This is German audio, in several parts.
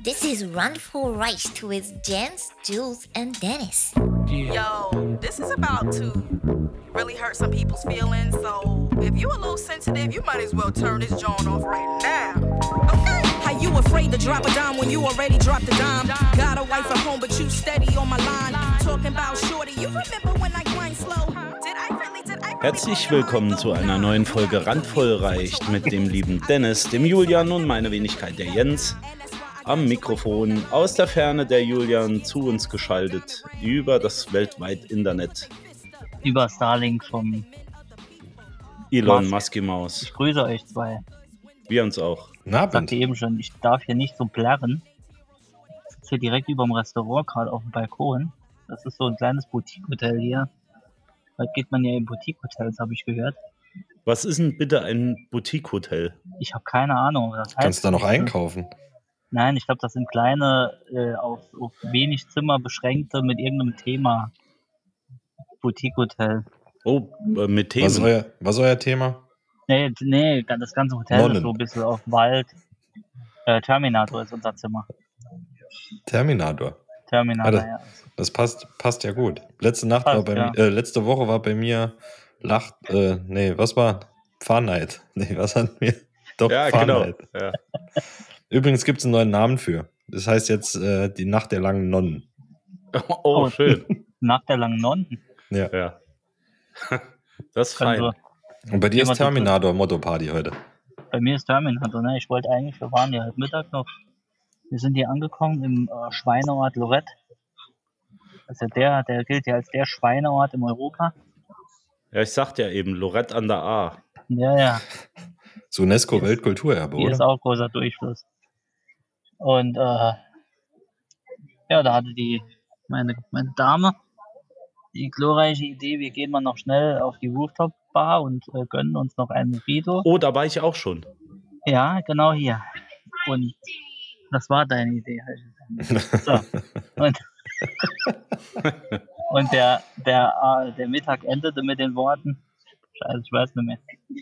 This is Run for Rice with Jens, Jules, and Dennis. Yo, this is about to really hurt some people's feelings. So if you a little sensitive, you might as well turn this joint off right now. Okay? How you afraid to drop a dime when you already dropped a dime? Got a wife at home, but you steady on my line. Talking about shorty, you remember when I grind slow? Did I really? Herzlich willkommen zu einer neuen Folge Randvoll reicht mit dem lieben Dennis, dem Julian und meine Wenigkeit der Jens. Am Mikrofon aus der Ferne der Julian zu uns geschaltet über das weltweite Internet. Über Starlink vom Elon Musky Maus. Ich grüße euch zwei. Wir uns auch. Ich sagte eben schon, ich darf hier nicht so plärren. Ich sitze hier direkt über dem Restaurant, gerade auf dem Balkon. Das ist so ein kleines Boutique-Hotel hier. Heute geht man ja in Boutique-Hotels, habe ich gehört. Was ist denn bitte ein Boutique-Hotel? Ich habe keine Ahnung, was das heißt. Kannst du da noch einkaufen? Nein, ich glaube, das sind kleine, auf wenig Zimmer beschränkte mit irgendeinem Thema Boutique-Hotel. Oh, mit Themen. Was ist euer Thema? Nee, das ganze Hotel Nonnen. ist so ein bisschen auf Wald. Terminator ist unser Zimmer. Terminator. Ja. Das passt ja gut. Letzte Woche war bei mir Fahrenheit. Was hatten wir? Doch, ja, Fahrenheit. Genau. Ja. Übrigens gibt es einen neuen Namen für. Das heißt jetzt die Nacht der langen Nonnen. Oh, schön. Nacht der langen Nonnen? Ja. Das ist fein. Und bei dir ist Terminator Motto-Party heute. Bei mir ist Terminator, ne? Wir waren ja heute Mittag noch. Wir sind hier angekommen im Schweineort Lorette. Also der gilt ja als der Schweineort in Europa. Ja, ich sagte ja eben, Lorette an der A. Ja. So UNESCO-Weltkulturerbe, oder? Hier ist auch großer Durchfluss. Und da hatte meine Dame die glorreiche Idee, wir gehen mal noch schnell auf die Rooftop-Bar und gönnen uns noch einen Mojito. Oh, da war ich auch schon. Ja, genau hier. Und das war deine Idee. So. Und der Mittag endete mit den Worten, Scheiße, ich weiß nicht mehr.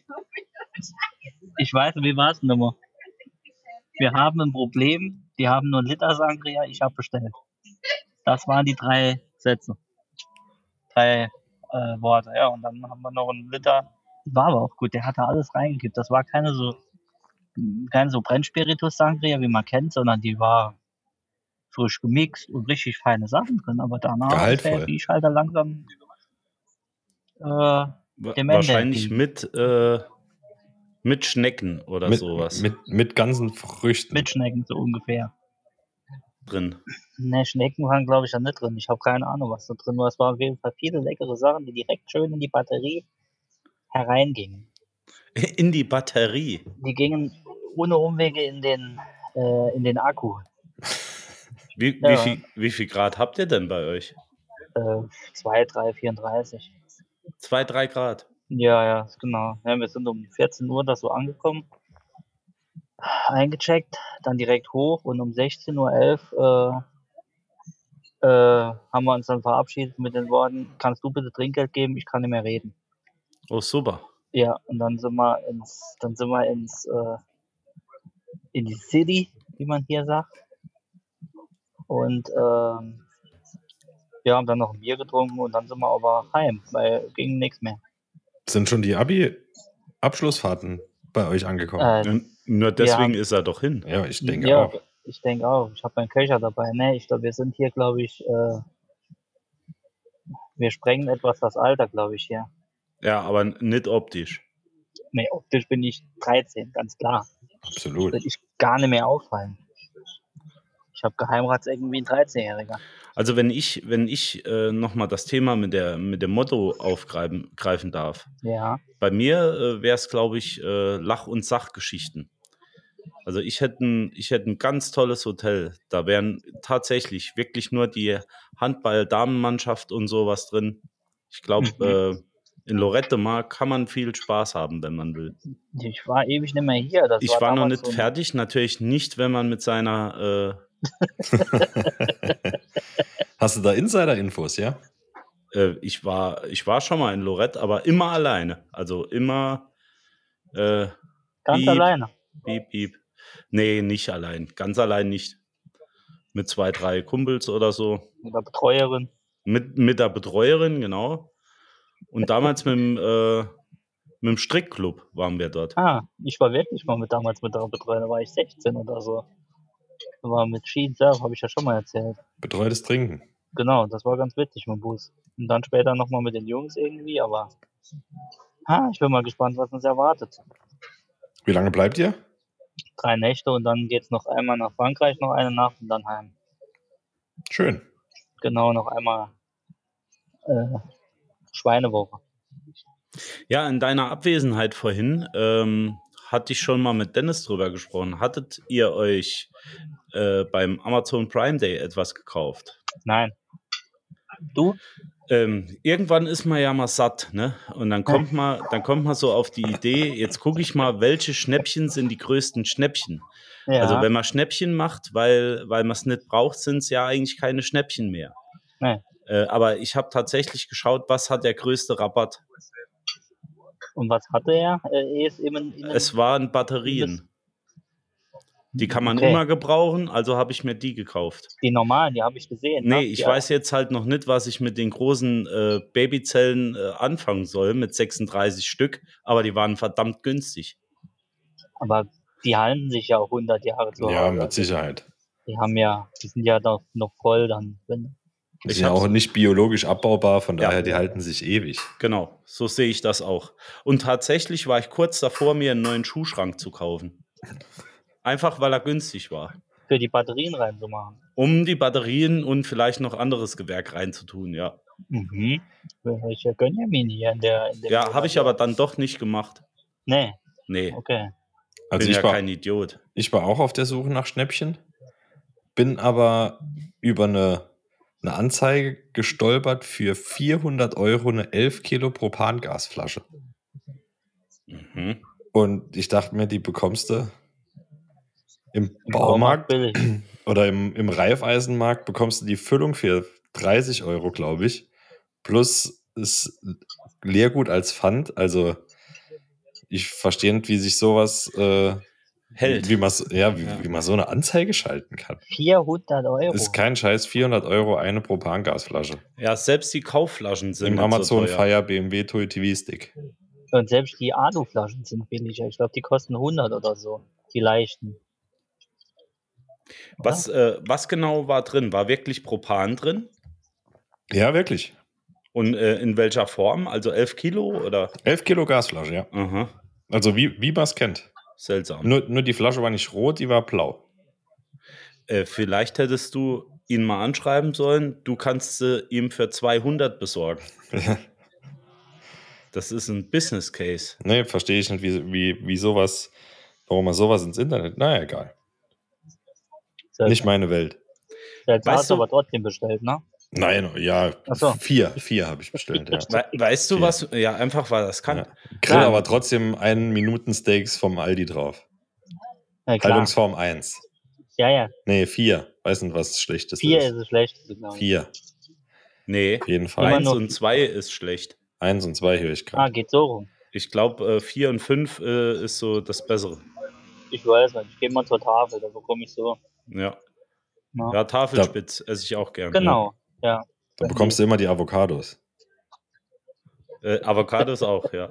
Ich weiß, wie war es nochmal? Wir haben ein Problem, die haben nur einen Liter Sangria, ich habe bestellt. Das waren die 3 Sätze. 3 Worte, ja, und dann haben wir noch einen Liter, war aber auch gut, der hatte alles reingekippt. Das war keine so Brennspiritus-Sangria, wie man kennt, sondern die war frisch gemixt und richtig feine Sachen drin, aber danach ist der Viehschalter langsam dem wahrscheinlich mit Schnecken oder sowas. Mit ganzen Früchten. Mit Schnecken so ungefähr. Drin. Ne, Schnecken waren glaube ich da nicht drin. Ich habe keine Ahnung, was da drin war. Es waren auf jeden Fall viele leckere Sachen, die direkt schön in die Batterie hereingingen. In die Batterie? Die gingen ohne Umwege in den Akku. Wie viel Grad habt ihr denn bei euch? 2, 3, 34. 2, 3 Grad? Ja, genau. Ja, wir sind um 14 Uhr da so angekommen, eingecheckt, dann direkt hoch und um 16.11 Uhr haben wir uns dann verabschiedet mit den Worten, kannst du bitte Trinkgeld geben, ich kann nicht mehr reden. Oh, super. Ja, und dann sind wir in die City, wie man hier sagt. Und wir haben dann noch ein Bier getrunken und dann sind wir aber heim, weil ging nichts mehr. Sind schon die Abi-Abschlussfahrten bei euch angekommen? Nur deswegen ist er doch hin. Ja, ich denke auch. Ich denke auch. Ich habe meinen Köcher dabei. Ne, ich glaube, wir sind hier, glaube ich, wir sprengen etwas das Alter, glaube ich, hier. Ja, aber nicht optisch. Ne, optisch bin ich 13, ganz klar. Absolut. Würde ich gar nicht mehr auffallen. Ich habe Geheimratsecken wie ein 13-Jähriger. Also wenn ich nochmal das Thema mit dem Motto aufgreifen darf. Ja. Bei mir wäre es, glaube ich, Lach- und Sachgeschichten. Also ich hätte ein ganz tolles Hotel. Da wären tatsächlich wirklich nur die Handball-Damenmannschaft und sowas drin. Ich glaube, in Lorette Mar kann man viel Spaß haben, wenn man will. Ich war ewig nicht mehr hier. Ich war noch nicht fertig. Natürlich nicht, wenn man mit seiner... Hast du da Insider-Infos, ja? Ich war schon mal in Lorette, aber immer alleine. Also immer ganz alleine? Piep. Nee, nicht allein. Ganz allein nicht. mit 2, 3 Kumpels oder so. Mit der Betreuerin. Mit der Betreuerin, genau. Und damals mit dem Strickclub waren wir dort. Ich war wirklich mal damals mit der Betreuerin, da war ich 16 oder so. Da war mit Ski und Surf, habe ich ja schon mal erzählt. Betreutes Trinken. Genau, das war ganz witzig mit dem Bus. Und dann später nochmal mit den Jungs irgendwie, aber ich bin mal gespannt, was uns erwartet. Wie lange bleibt ihr? 3 Nächte und dann geht's noch einmal nach Frankreich, noch eine Nacht und dann heim. Schön. Genau, noch einmal Schweinewoche. Ja, in deiner Abwesenheit vorhin hatte ich schon mal mit Dennis drüber gesprochen. Hattet ihr euch beim Amazon Prime Day etwas gekauft? Nein. Du? Irgendwann ist man ja mal satt, ne? Und dann kommt man so auf die Idee, jetzt gucke ich mal, welche Schnäppchen sind die größten Schnäppchen. Ja. Also wenn man Schnäppchen macht, weil man es nicht braucht, sind es ja eigentlich keine Schnäppchen mehr. Nee. Aber ich habe tatsächlich geschaut, was hat der größte Rabatt? Und was hatte er? Es waren Batterien. Die kann man Okay. immer gebrauchen, also habe ich mir die gekauft. Die normalen, die habe ich gesehen. Nee, ne? ich Die weiß jetzt halt noch nicht, was ich mit den großen Babyzellen anfangen soll, mit 36 Stück, aber die waren verdammt günstig. Aber die halten sich ja auch 100 Jahre zu Ja, Hause. mit Sicherheit. Die sind ja noch voll dann. Die sind ja auch nicht biologisch abbaubar, von Ja. daher, die halten sich ewig. Genau, so sehe ich das auch. Und tatsächlich war ich kurz davor, mir einen neuen Schuhschrank zu kaufen. Einfach, weil er günstig war. Für die Batterien reinzumachen. Um die Batterien und vielleicht noch anderes Gewerk reinzutun, ja. Mhm. Ich gönne ja mir hier in der Ja, habe ich aber dann doch nicht gemacht. Nee, Nee, okay. Also bin ich ja war, kein Idiot. ich war auch auf der Suche nach Schnäppchen, bin aber über eine Anzeige gestolpert für 400 € eine 11 Kilo Propangasflasche. Mhm. Und ich dachte mir, die bekommst du im Im Baumarkt billig. oder im Raiffeisenmarkt bekommst du die Füllung für 30 €, glaube ich. Plus ist Leergut als Pfand. Also ich verstehe nicht, wie sich sowas Hält. wie man so eine Anzeige schalten kann. 400 €. Ist kein Scheiß, 400 € eine Propangasflasche. Ja, selbst die Kaufflaschen sind Im nicht Amazon so teuer. Fire BMW Toy TV Stick. Und selbst die Aluflaschen sind billiger. Ich glaube, die kosten 100 oder so. Die leichten. Was genau war drin? War wirklich Propan drin? Ja, wirklich. Und in welcher Form? Also 11 Kilo oder? 11 Kilo Gasflasche, ja. Aha, Also wie man es kennt. seltsam. Nur die Flasche war nicht rot, die war blau. Vielleicht hättest du ihn mal anschreiben sollen. Du kannst sie ihm für 200 besorgen. Das ist ein Business Case. Nee, verstehe ich nicht, wie sowas, warum man sowas ins Internet. Naja, egal. Nicht meine Welt. Jetzt Weißt hast du du- aber trotzdem bestellt, ne? Nein, ja, Ach so. 4 habe ich bestellt, ja. Weißt du Ja. was? Ja, einfach weil das kann. Ja. Grill aber trotzdem 1-Minuten-Steaks vom Aldi drauf. Ja, klar. Haltungsform 1. Ja. Nee, 4. Weiß nicht, was das Schlechteste 4 ist. ist das Schlechteste, glaube ich. 4, Nee, auf jeden Fall. Immer 1 noch- und 2 ist schlecht. 1 und 2 höre ich gerade. Geht so rum. Ich glaube, 4 und 5 ist so das Bessere. Ich weiß nicht. Ich gehe mal zur Tafel, da bekomme ich so. Ja, Na. ja Tafelspitz esse ich auch gern. Genau, ja. Da bekommst du immer die Avocados. Avocados auch, ja.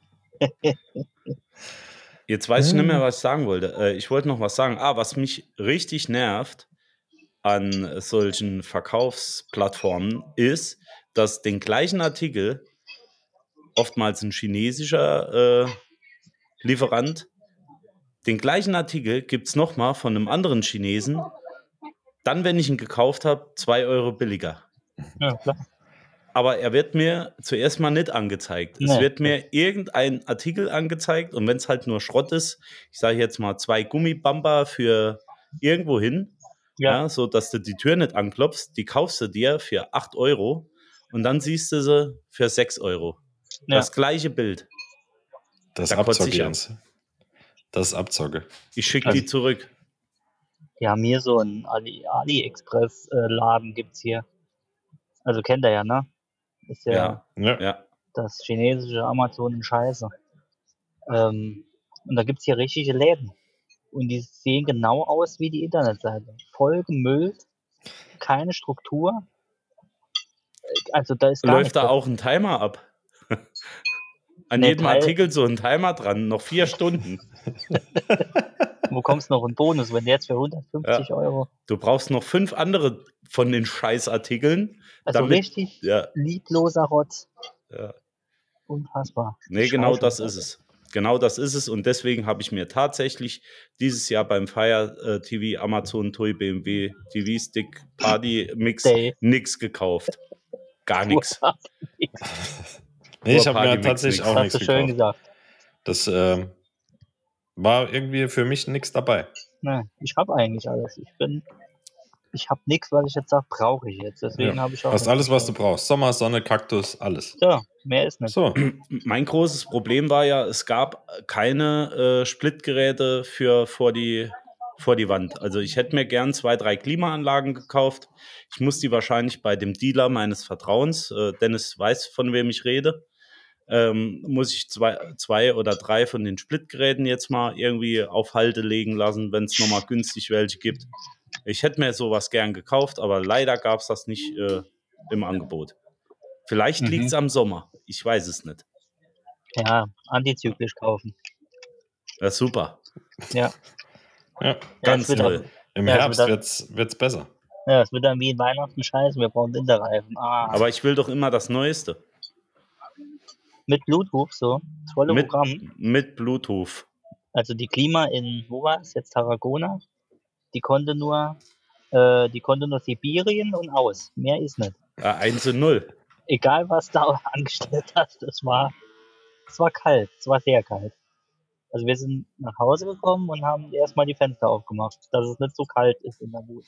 Jetzt weiß ich nicht mehr, was ich sagen wollte. Ich wollte noch was sagen. Was mich richtig nervt an solchen Verkaufsplattformen ist, dass den gleichen Artikel oftmals ein chinesischer Lieferant, den gleichen Artikel gibt es nochmal von einem anderen Chinesen, dann, wenn ich ihn gekauft habe, 2 € billiger. Ja, klar. Aber er wird mir zuerst mal nicht angezeigt. Es Nee. wird mir irgendein Artikel angezeigt und wenn es halt nur Schrott ist, ich sage jetzt mal 2 Gummibamba für irgendwo hin, Ja. so dass du die Tür nicht anklopfst, die kaufst du dir für 8 € und dann siehst du sie für 6 €. Ja. Das gleiche Bild. Das Da kotze Abzocke, ich ab. Jens. Das ist Abzocke. Ich schicke Also- die zurück. Die haben hier so einen AliExpress-Laden gibt's hier. Also kennt ihr ja, ne? Ist ja, Ja. Ja. das chinesische Amazon in Scheiße. Und da gibt's hier richtige Läden. Und die sehen genau aus wie die Internetseite. Voll gemüllt. keine Struktur. Also da ist gar Läuft nichts. da auch ein Timer ab? An Nee, jedem Artikel so ein Timer dran, noch 4 Stunden. Wo kommst du noch einen Bonus, wenn jetzt für 150 Euro? Du brauchst noch 5 andere von den Scheißartikeln. Also damit, richtig ja, liebloser Rotz. ja. Unfassbar. Nee, genau Scheiße. das ist es. Genau das ist es. Und deswegen habe ich mir tatsächlich dieses Jahr beim Fire TV Amazon Toy BMW TV Stick Party Mix Day. nichts gekauft. Gar nichts. Nee, ich habe mir Party-Mix, tatsächlich nix. auch Das nichts hast du schön gekauft. gesagt. Das war irgendwie für mich nichts dabei. Nee, ich habe eigentlich alles. Ich habe nichts, was ich jetzt sage, brauche ich jetzt. Deswegen Ja. habe ich auch. Hast nichts alles, was du gekauft. brauchst. Sommer, Sonne, Kaktus, alles. Ja, mehr ist nicht. So. Mein großes Problem war ja, es gab keine Splitgeräte vor die Wand. Also ich hätte mir gern 2, 3 Klimaanlagen gekauft. Ich muss die wahrscheinlich bei dem Dealer meines Vertrauens, Dennis weiß, von wem ich rede, muss ich 2 oder 3 von den Splitgeräten jetzt mal irgendwie auf Halde legen lassen, wenn es nochmal günstig welche gibt. Ich hätte mir sowas gern gekauft, aber leider gab es das nicht im Angebot. Vielleicht liegt es am Sommer. Ich weiß es nicht. Ja, antizyklisch kaufen. Ja, super. Ja. Ja. Ganz es wird toll. dann- Im Ja, es Herbst wird's besser. Ja, es wird dann wie in Weihnachten scheiße, wir brauchen Winterreifen. Aber ich will doch immer das Neueste. Mit Bluetooth so, das volle Programm. Mit Bluetooth. Also die Klima in, wo war es jetzt, Tarragona, die konnte nur Sibirien und aus. Mehr ist nicht. 1:0. Egal was da angestellt hast, es war kalt, es war sehr kalt. Also wir sind nach Hause gekommen und haben erstmal die Fenster aufgemacht, dass es nicht so kalt ist in der Bude.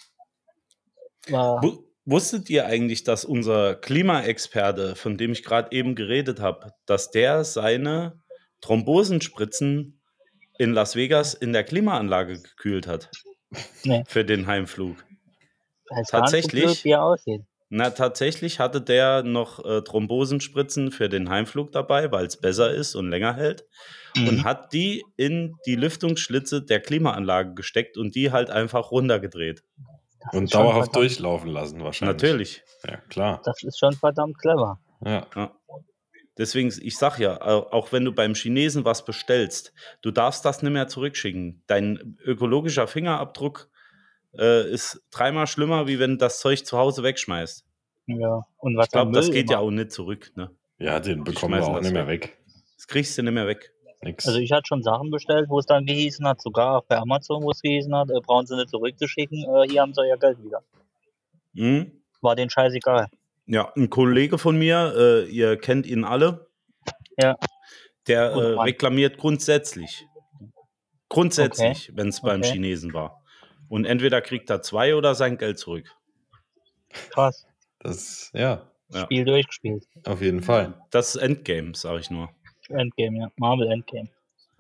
Wusstet ihr eigentlich, dass unser Klimaexperte, von dem ich gerade eben geredet habe, dass der seine Thrombosenspritzen in Las Vegas in der Klimaanlage gekühlt hat? Nee. Für den Heimflug. Weiß Tatsächlich? gar nicht so blöd, wie er aussieht. Na, tatsächlich hatte der noch Thrombosenspritzen für den Heimflug dabei, weil es besser ist und länger hält. Und hat die in die Lüftungsschlitze der Klimaanlage gesteckt und die halt einfach runtergedreht. Das Und ist schon dauerhaft verdammt- durchlaufen lassen wahrscheinlich. Natürlich. Ja, klar. Das ist schon verdammt clever. Ja. Ja. Deswegen, ich sag ja, auch wenn du beim Chinesen was bestellst, du darfst das nicht mehr zurückschicken. Dein ökologischer Fingerabdruck ist 3-mal schlimmer, wie wenn du das Zeug zu Hause wegschmeißt. Ja. Und was Ich glaube, am das Müll geht ja immer- auch nicht zurück. Ne? Ja, den bekommen wir schmeißen auch das nicht mehr weg. weg. Das kriegst du nicht mehr weg. Nix. Also ich hatte schon Sachen bestellt, wo es dann gehießen hat, sogar auch bei Amazon, wo es gehießen hat, brauchen sie nicht zurückzuschicken, hier haben sie euer Geld wieder. Mhm. War denen scheißegal. Ja, ein Kollege von mir, ihr kennt ihn alle, Ja. der Guter Mann. reklamiert grundsätzlich. Grundsätzlich, wenn es beim Okay. Chinesen war. Und entweder kriegt er 2 oder sein Geld zurück. Krass. Das, ja, Ja. Spiel durchgespielt. auf jeden Fall. Das ist Endgame, sag ich nur. Endgame, ja. Marvel Endgame.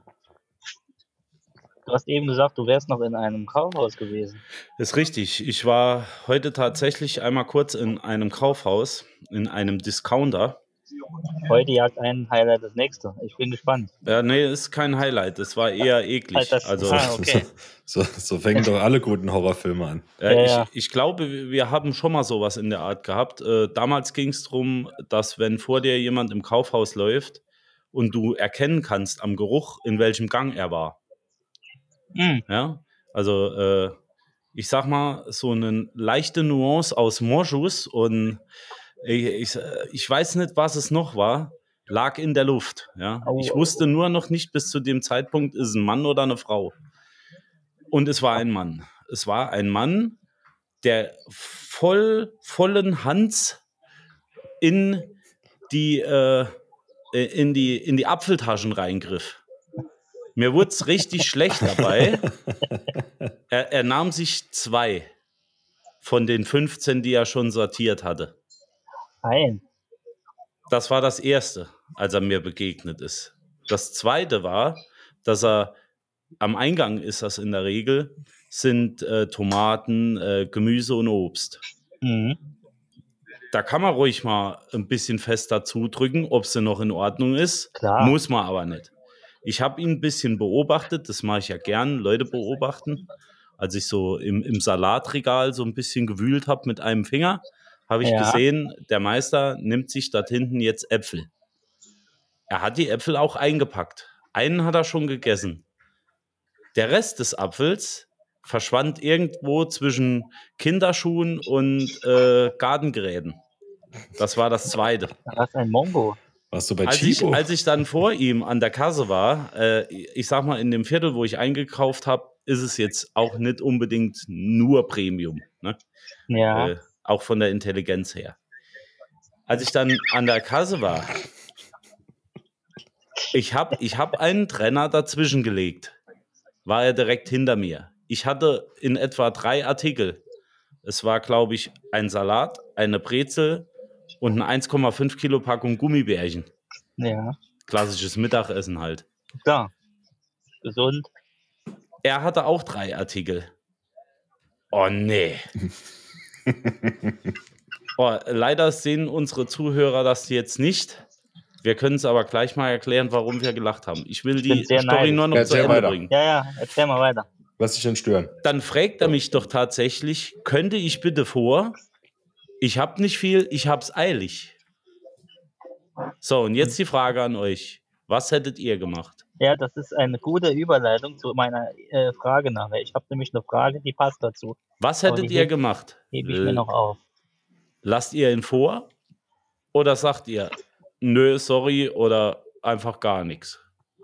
Du hast eben gesagt, du wärst noch in einem Kaufhaus gewesen. Ist richtig. Ich war heute tatsächlich einmal kurz in einem Kaufhaus, in einem Discounter. Heute jagt ein Highlight das nächste. Ich bin gespannt. Ja, nee, ist kein Highlight. Das war eher eklig. Das- Also, okay. So fängen doch alle guten Horrorfilme an. Ja. ich glaube, wir haben schon mal sowas in der Art gehabt. Damals ging es darum, dass wenn vor dir jemand im Kaufhaus läuft und du erkennen kannst am Geruch, in welchem Gang er war. Mhm. Ja, also ich sag mal, so eine leichte Nuance aus Moschus und ich weiß nicht, was es noch war, lag in der Luft. Ja? Oh. Ich wusste nur noch nicht bis zu dem Zeitpunkt, ist es ein Mann oder eine Frau. Und es war ein Mann. Es war ein Mann, der vollen Hans in die Apfeltaschen reingriff. Mir wurde es richtig schlecht dabei. Er nahm sich 2 von den 15, die er schon sortiert hatte. Nein. Das war das Erste, als er mir begegnet ist. Das Zweite war, dass er am Eingang ist das in der Regel, sind Tomaten, Gemüse und Obst. Mhm. Da kann man ruhig mal ein bisschen fester zudrücken, ob sie noch in Ordnung ist. Klar. Muss man aber nicht. Ich habe ihn ein bisschen beobachtet, das mache ich ja gern, Leute beobachten. als ich so im Salatregal so ein bisschen gewühlt habe mit einem Finger, habe ich Ja. gesehen, der Meister nimmt sich dort hinten jetzt Äpfel. Er hat die Äpfel auch eingepackt. Einen hat er schon gegessen. Der Rest des Apfels verschwand irgendwo zwischen Kinderschuhen und Gartengeräten. Das war das zweite. Was ein Mongo. Warst du bei Als Chibo? ich dann vor ihm an der Kasse war, ich sag mal, in dem Viertel, wo ich eingekauft habe, ist es jetzt auch nicht unbedingt nur Premium. Ne? Ja. Auch von der Intelligenz her. Als ich dann an der Kasse war, ich hab einen Trenner dazwischen gelegt. War er direkt hinter mir. Ich hatte in etwa 3 Artikel. Es war, glaube ich, ein Salat, eine Brezel und eine 1,5 Kilo Packung Gummibärchen. Ja. Klassisches Mittagessen halt. Klar. Gesund. Er hatte auch 3 Artikel. Oh nee. Leider sehen unsere Zuhörer das jetzt nicht. Wir können es aber gleich mal erklären, warum wir gelacht haben. Ich will die bin sehr Story neidisch. nur noch zu Erzähl Ende weiter. bringen. Ja, erzähl mal weiter. Was dich denn stören? Dann fragt er mich doch tatsächlich, könnte ich bitte vor? Ich habe nicht viel, ich hab's eilig. So, und jetzt die Frage an euch. Was hättet ihr gemacht? Ja, das ist eine gute Überleitung zu meiner Frage nachher. Ich habe nämlich eine Frage, die passt dazu. Was Aber hättet die ihr heb- gemacht? Hebe ich mir noch auf. Lasst ihr ihn vor? Oder sagt ihr, nö, sorry, oder einfach gar nichts?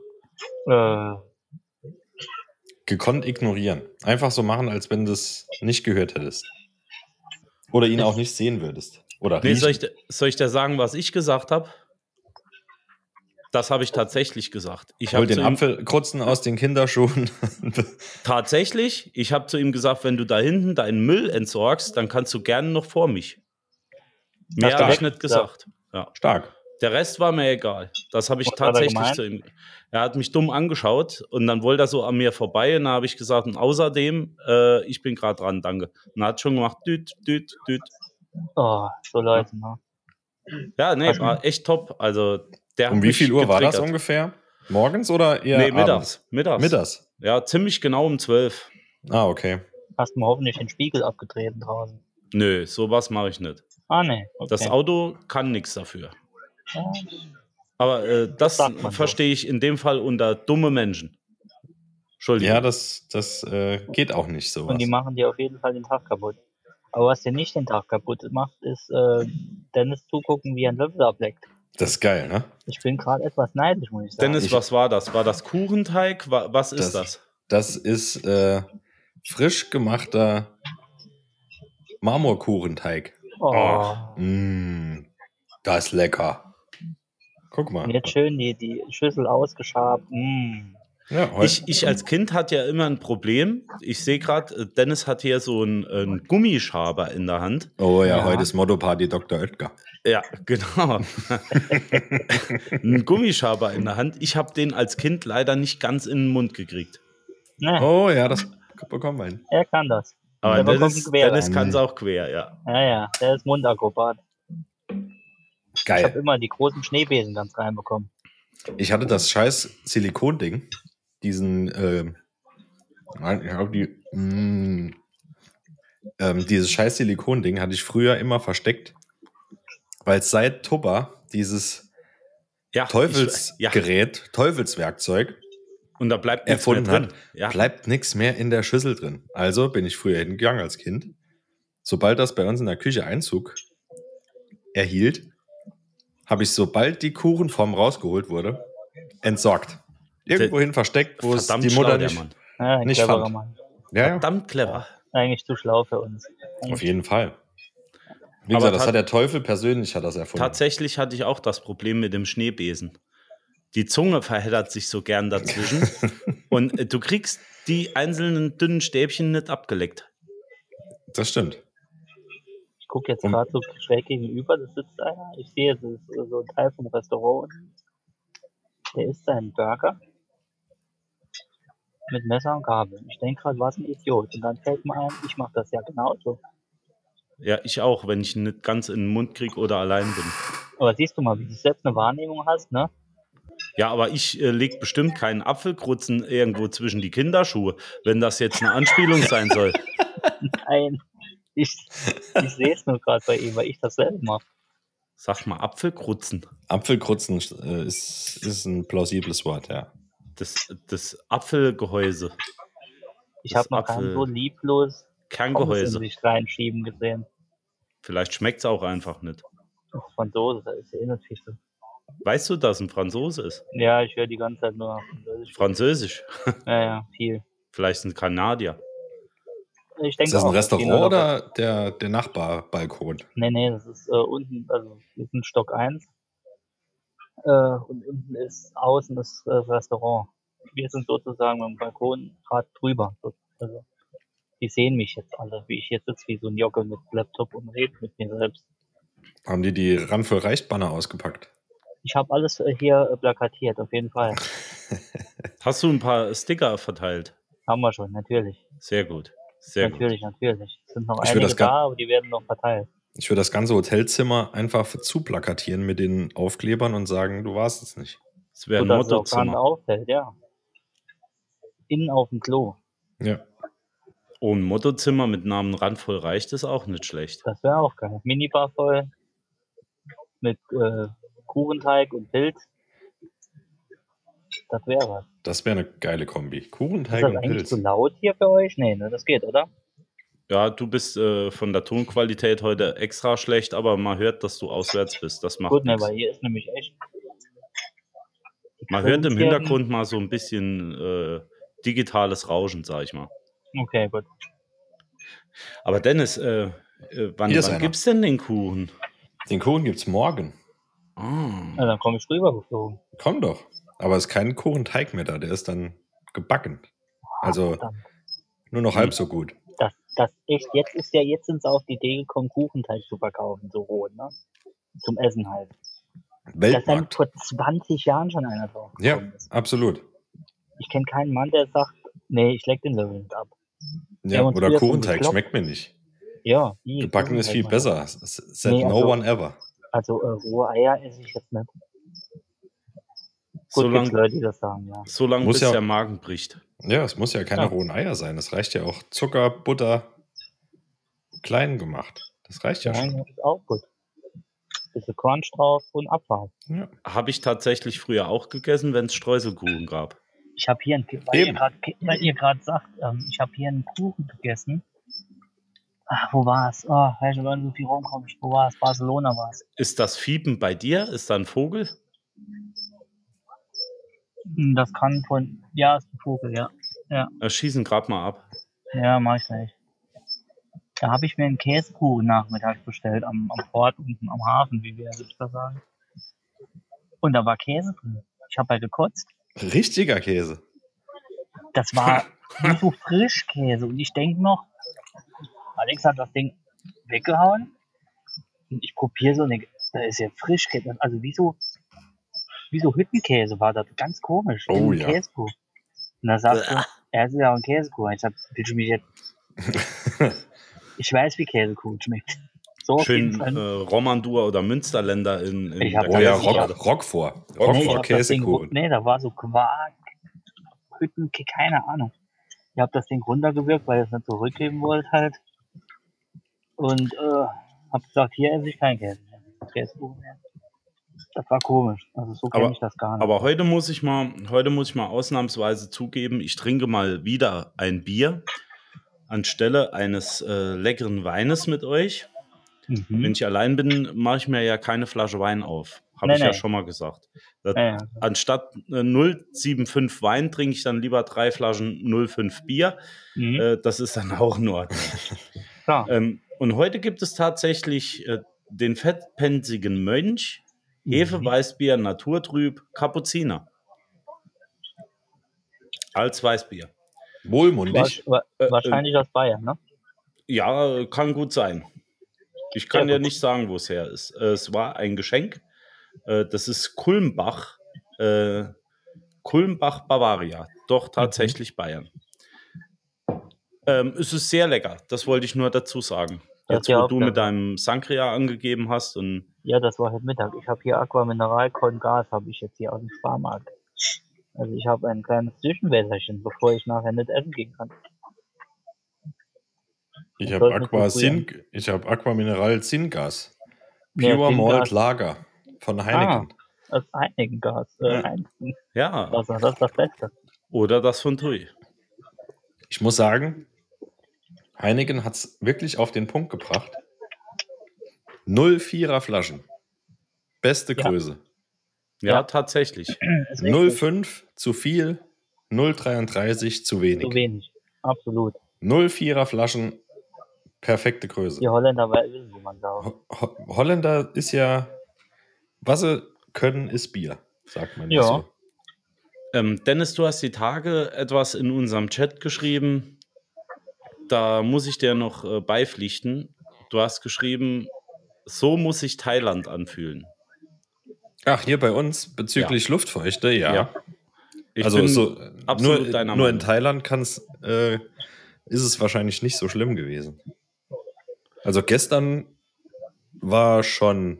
Gekonnt ignorieren. Einfach so machen, als wenn du es nicht gehört hättest. Oder ihn auch nicht sehen würdest. Oder Nee, riechen. soll ich dir sagen, was ich gesagt habe? Das habe ich tatsächlich gesagt. Ich Hol habe den zu ihm, Apfelkrutzen aus den Kinderschuhen. tatsächlich, ich habe zu ihm gesagt, wenn du da hinten deinen Müll entsorgst, dann kannst du gerne noch vor mich. Mehr Hast du habe ich weg- nicht gesagt. Ja. Stark. Der Rest war mir egal. Das habe ich Was hat er tatsächlich gemeint? zu ihm. Er hat mich dumm angeschaut und dann wollte er so an mir vorbei und dann habe ich gesagt, und außerdem, ich bin gerade dran, danke. Und er hat schon gemacht, düt, düt, düt. Oh, so Leute, ne? Ja, nee, war echt top. Also, der hat Um wie mich viel Uhr war das getriggert. ungefähr? Morgens oder eher Nee, abends? mittags. Mittags. Ja, ziemlich genau um 12. Ah, okay. Hast du hoffentlich den Spiegel abgetreten draußen. Nö, sowas mache ich nicht. Ah, nee. Okay. Das Auto kann nichts dafür. Ja, Aber das sagt man so. verstehe ich in dem Fall unter dumme Menschen. Entschuldigung. Ja, das geht auch nicht so. und die machen dir auf jeden Fall den Tag kaputt. Aber was dir nicht den Tag kaputt macht, ist Dennis zugucken, wie er einen Löffel ableckt. Das ist geil, ne? Ich bin gerade etwas neidisch, muss ich sagen. Dennis, was war das? War das Kuchenteig? Was ist das? Das ist frisch gemachter Marmorkuchenteig. oh. Das ist lecker. Guck mal. Jetzt schön die Schüssel ausgeschabt. Ja, heute, Ich als Kind hatte ja immer ein Problem. Ich sehe gerade, Dennis hat hier so einen Gummischaber in der Hand. oh ja, Ja. heute ist Motto-Party Dr. Oetker. Ja, genau. Ein Gummischaber in der Hand. Ich habe den als Kind leider nicht ganz in den Mund gekriegt. Ne, Oh ja, das bekommen wir hin. er kann das. Aber Der bekommt Dennis, einen Quer Dennis rein. kann es auch quer, ja. Ja, der ist Mundakrobat. Ich habe Geil. immer die großen Schneebesen ganz reinbekommen. Ich hatte das scheiß Silikonding. Diesen, ich glaube, dieses scheiß Silikonding hatte ich früher immer versteckt, weil seit Tupper dieses Ja, Teufelsgerät, Teufelswerkzeug und da bleibt nichts mehr erfunden drin. hat, Ja. bleibt nichts mehr in der Schüssel drin. Also bin ich früher hingegangen als Kind. Sobald das bei uns in der Küche Einzug erhielt, habe ich, sobald die Kuchenform rausgeholt wurde, entsorgt. Irgendwohin versteckt, wo es Verdammt die Mutter schlau, der nicht. Mann. Ja, ein Nicht cleverer fand. Mann. Ja, ja, Verdammt clever. Eigentlich zu schlau für uns. auf jeden Fall. Wie Aber gesagt, das hat der Teufel persönlich hat das erfunden. Tatsächlich hatte ich auch das Problem mit dem Schneebesen. Die Zunge verheddert sich so gern dazwischen und du kriegst die einzelnen dünnen Stäbchen nicht abgeleckt. Das stimmt. Ich gucke jetzt gerade so schräg gegenüber, da sitzt einer. Ich sehe, das ist so ein Teil vom Restaurant. Der isst seinen Burger mit Messer und Gabel. Ich denke gerade, was ein Idiot. Und dann fällt mir ein, ich mache das ja genauso. Ja, ich auch, wenn ich ihn nicht ganz in den Mund kriege oder allein bin. Aber siehst du mal, wie du selbst eine Wahrnehmung hast, ne? Ja, aber ich leg bestimmt keinen Apfelkrutzen irgendwo zwischen die Kinderschuhe, wenn das jetzt eine Anspielung sein soll. Nein, ich sehe es nur gerade bei ihm, weil ich das selber mache. Sag mal Apfelkrutzen. Apfelkrutzen ist ein plausibles Wort, ja. Das Apfelgehäuse. Ich Das habe noch keinen so lieblos Pommes in Kerngehäuse. sich reinschieben gesehen. Vielleicht schmeckt es auch einfach nicht. Franzose, das ist eh nicht viel. Weißt du, dass ein Franzose ist? Ja, ich höre die ganze Zeit nur Französisch. Französisch. Ja, viel. Vielleicht ein Kanadier. Ich Ist denke das ein auch, dass die Restaurant nur noch- oder der Nachbarbalkon? Nee, das ist unten, also wir sind Stock 1. Und unten ist außen das Restaurant. Wir sind sozusagen am Balkon gerade drüber. Also, die sehen mich jetzt alle, wie ich jetzt sitze, wie so ein Jocke mit Laptop und rede mit mir selbst. Haben die Randvoll Reicht-Banner ausgepackt? Ich habe alles hier plakatiert, auf jeden Fall. Hast du ein paar Sticker verteilt? Haben wir schon, natürlich. Sehr gut. Sehr gut. Natürlich. Es sind noch Ich würd einige das gar- da, aber die werden noch verteilt. Ich würde das ganze Hotelzimmer einfach zuplakatieren mit den Aufklebern und sagen, du warst es nicht. Das wäre ein Gut, dass es auch gar nicht Mottozimmer. auffällt, ja. Innen auf dem Klo. Ja. Oh, ein Mottozimmer mit Namen Randvoll reicht ist auch nicht schlecht. Das wäre auch geil. Minibar voll. Mit Kuchenteig und Pilz. Das wäre was. Das wäre eine geile Kombi. Ist Kuchenteig das und eigentlich Pilz. zu laut hier für euch? Nee, ne, das geht, oder? Ja, du bist von der Tonqualität heute extra schlecht, aber man hört, dass du auswärts bist. Das macht Gut, ne, nichts. weil hier ist nämlich echt. die Man hört im Grillen hier- Hintergrund mal so ein bisschen digitales Rauschen, sag ich mal. Okay, gut. Aber Dennis, wann Hier ist einer. gibt's denn den Kuchen? Den Kuchen gibt's morgen. Na, dann komme ich rüber geflogen. Komm doch. Aber es ist kein Kuchenteig mehr da, der ist dann gebacken. Also Verdammt. nur noch halb so gut. Das echt, jetzt sind sie auf die Idee gekommen, Kuchenteig zu verkaufen, so rot, ne? Zum Essen halt. Das dann Weltmarkt. vor 20 Jahren schon einer drauf Ja, gekommen ist. absolut. Ich kenne keinen Mann, der sagt, nee, ich leck den Löffel nicht ab. Ja, haben uns oder früher drum Kuchenteig gekloppt. schmeckt mir nicht. Ja, Gebacken ist viel Kuchenteig, besser. Said Nee, no also- one ever. Also rohe Eier esse ich jetzt nicht. Gut, Solange gibt's Leute, die das sagen, ja. solang Muss bis ja- der Magen bricht. Ja, es muss ja keine Ja. rohen Eier sein. Es reicht ja auch Zucker, Butter, klein gemacht. Das reicht ja schon. Ja, ist auch gut. Bisschen Crunch drauf und Abfahrt. Ja. Habe ich tatsächlich früher auch gegessen, wenn es Streuselkuchen gab. Ich habe hier, Eben. weil ihr gerade sagt, ich habe hier einen Kuchen gegessen. Ach, wo war es? Oh, welche Leute so viel rumkommen. Wo war es? Barcelona war es. Ist das Fiepen bei dir? Ist da ein Vogel? Das kann ja, ist ein Vogel, ja. Schießen gerade mal ab. Ja, mach ich gleich. Da habe ich mir einen Käsekuchen nachmittags bestellt am Port unten am Hafen, wie wir da sagen. Und da war Käse drin. Ich habe halt gekotzt. Richtiger Käse. Das war wie so Frischkäse. Und ich denke noch, Alex hat das Ding weggehauen. Und ich probiere so eine, da ist ja Frischkäse. Also wie so Hüttenkäse war das. Ganz komisch. Oh Ein ja. Käsekuchen. Und da sagst du, er ist ja auch ein Käsekuchen. Ich sag, willst du mich jetzt. Ich weiß, wie Käsekuchen schmeckt. So auf jeden Schön Fall. Romandur oder Münsterländer in Ich hab- Oh ja, Käseschublade. Roquefort. Nee, ich Roquefort hab das Ding, Käsekuchen. nee, da war so Quark, Hütten, keine Ahnung. Ich habe das Ding runtergewirkt, weil ich es nicht zurückgeben wollte halt. Und hab gesagt, hier esse ich kein Käse mehr. Käsekuchen mehr. Das war komisch. Also so kenne ich das gar nicht. Aber heute muss ich mal ausnahmsweise zugeben, ich trinke mal wieder ein Bier anstelle eines leckeren Weines mit euch. Wenn ich allein bin, mache ich mir ja keine Flasche Wein auf. Habe Nee, ich ja nee. schon mal gesagt. Das, Ja. Anstatt 0,75 Wein trinke ich dann lieber 3 Flaschen 0,5 Bier. Das ist dann auch in Ordnung. Klar. Und heute gibt es tatsächlich den fettpensigen Mönch, Hefeweißbier, naturtrüb, Kapuziner. Als Weißbier. Wohlmundig. Wahrscheinlich aus Bayern, ne? Ja, kann gut sein. Ich kann Sehr dir gut. nicht sagen, wo es her ist. Es war ein Geschenk. Das ist Kulmbach. Kulmbach Bavaria. Doch tatsächlich Bayern. Es ist sehr lecker. Das wollte ich nur dazu sagen. Das Jetzt, ist ja wo auch du geil. mit deinem Sangria angegeben hast und Ja, das war heute Mittag. Ich habe hier Aqua Mineral con Gas, habe ich jetzt hier aus dem Sparmarkt. Also ich habe ein kleines Zwischenwässerchen, bevor ich nachher nicht essen gehen kann. Ich Das habe sollte nicht so früh Aqua Mineral Zingas. Ja, Pure Malt Zingas. Lager von Heineken. Das Heineken-Gas. Ja. Heineken. Ja, Das ist das Beste. oder das von Tui. Ich muss sagen, Heineken hat es wirklich auf den Punkt gebracht. 0,4er Flaschen. Beste Ja. Größe. Ja, Ja. tatsächlich. Ist richtig. 0,5 zu viel, 0,33 zu wenig. Zu wenig. Absolut. 0,4er Flaschen, perfekte Größe. Die Holländer wissen, wie man sagt. Holländer ist ja, was sie können, ist Bier, sagt man ja Ja. so. Dennis, du hast die Tage etwas in unserem Chat geschrieben. Da muss ich dir noch beipflichten. Du hast geschrieben, so muss sich Thailand anfühlen. Ach, hier bei uns bezüglich Luftfeuchte, ja. Ich Also bin so, absolut deiner nur in Meinung. Thailand ist es wahrscheinlich nicht so schlimm gewesen. Also gestern war schon.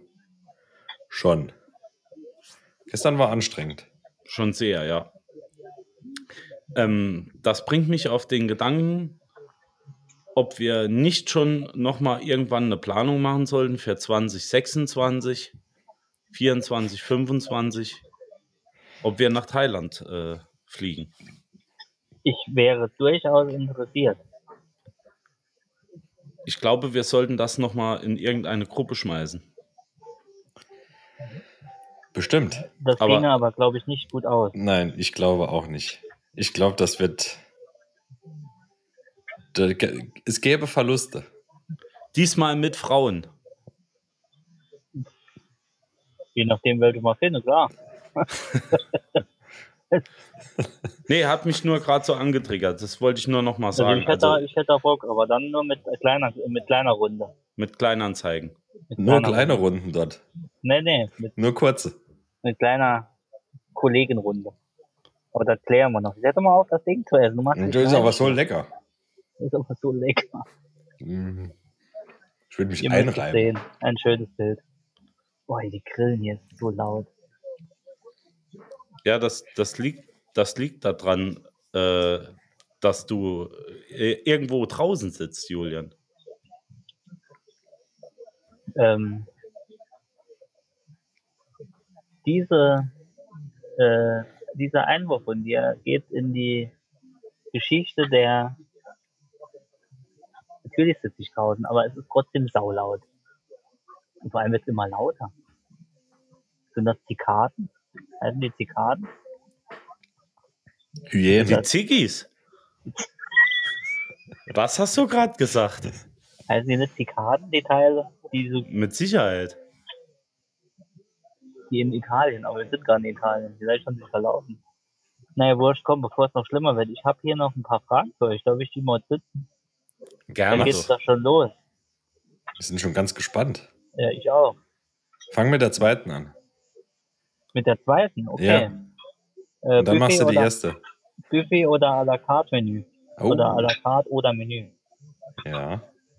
Gestern war anstrengend. Schon sehr, ja. Das bringt mich auf den Gedanken, ob wir nicht schon nochmal irgendwann eine Planung machen sollten für 2026, 24, 25, ob wir nach Thailand fliegen. Ich wäre durchaus interessiert. Ich glaube, wir sollten das nochmal in irgendeine Gruppe schmeißen. Bestimmt. Das Aber- ginge aber, glaube ich, nicht gut aus. Nein, ich glaube auch nicht. Ich glaube, das wird. Es gäbe Verluste. Diesmal mit Frauen. Je nachdem, wer du mal findest, klar. Nee, hat mich nur gerade so angetriggert. Das wollte ich nur nochmal Also sagen. ich hätte da Bock, aber dann nur mit kleiner Runde. Mit Kleinanzeigen. Mit Nur kleiner kleine Runde. Runden dort. Nee, Nur kurze. mit kleiner Kollegenrunde. Aber das klären wir noch. Setz doch mal auf, das Ding zu essen. Du machst Und nicht das ist rein. aber so lecker. Das ist aber so lecker. Mm. Ich würde mich Ihr müsst es einreiben. sehen. Ein schönes Bild. Boah, die grillen hier ist so laut. Ja, das liegt daran, dass du irgendwo draußen sitzt, Julian. Dieser Einwurf von dir geht in die Geschichte der. Natürlich sitze ich draußen, aber es ist trotzdem saulaut. Und vor allem wird es immer lauter. Sind das Zikaden? Heißen die Zikaden? Hyänen. Die Ziggis. Was hast du gerade gesagt? Heißen die nicht Zikaden, die Teile, Mit Sicherheit. die in Italien, aber wir sind gar nicht in Italien. Die seid schon sich verlaufen. Naja, wurscht, komm, bevor es noch schlimmer wird. Ich habe hier noch ein paar Fragen für euch. Darf ich die mal sitzen? Dann Gerne. geht's doch schon los. Wir sind schon ganz gespannt. Ja, ich auch. Fang mit der zweiten an. Mit der zweiten, okay. Ja. Und dann machst du die oder, erste. Buffet oder à la carte Menü. Oh. Oder à la carte oder Menü. Ja.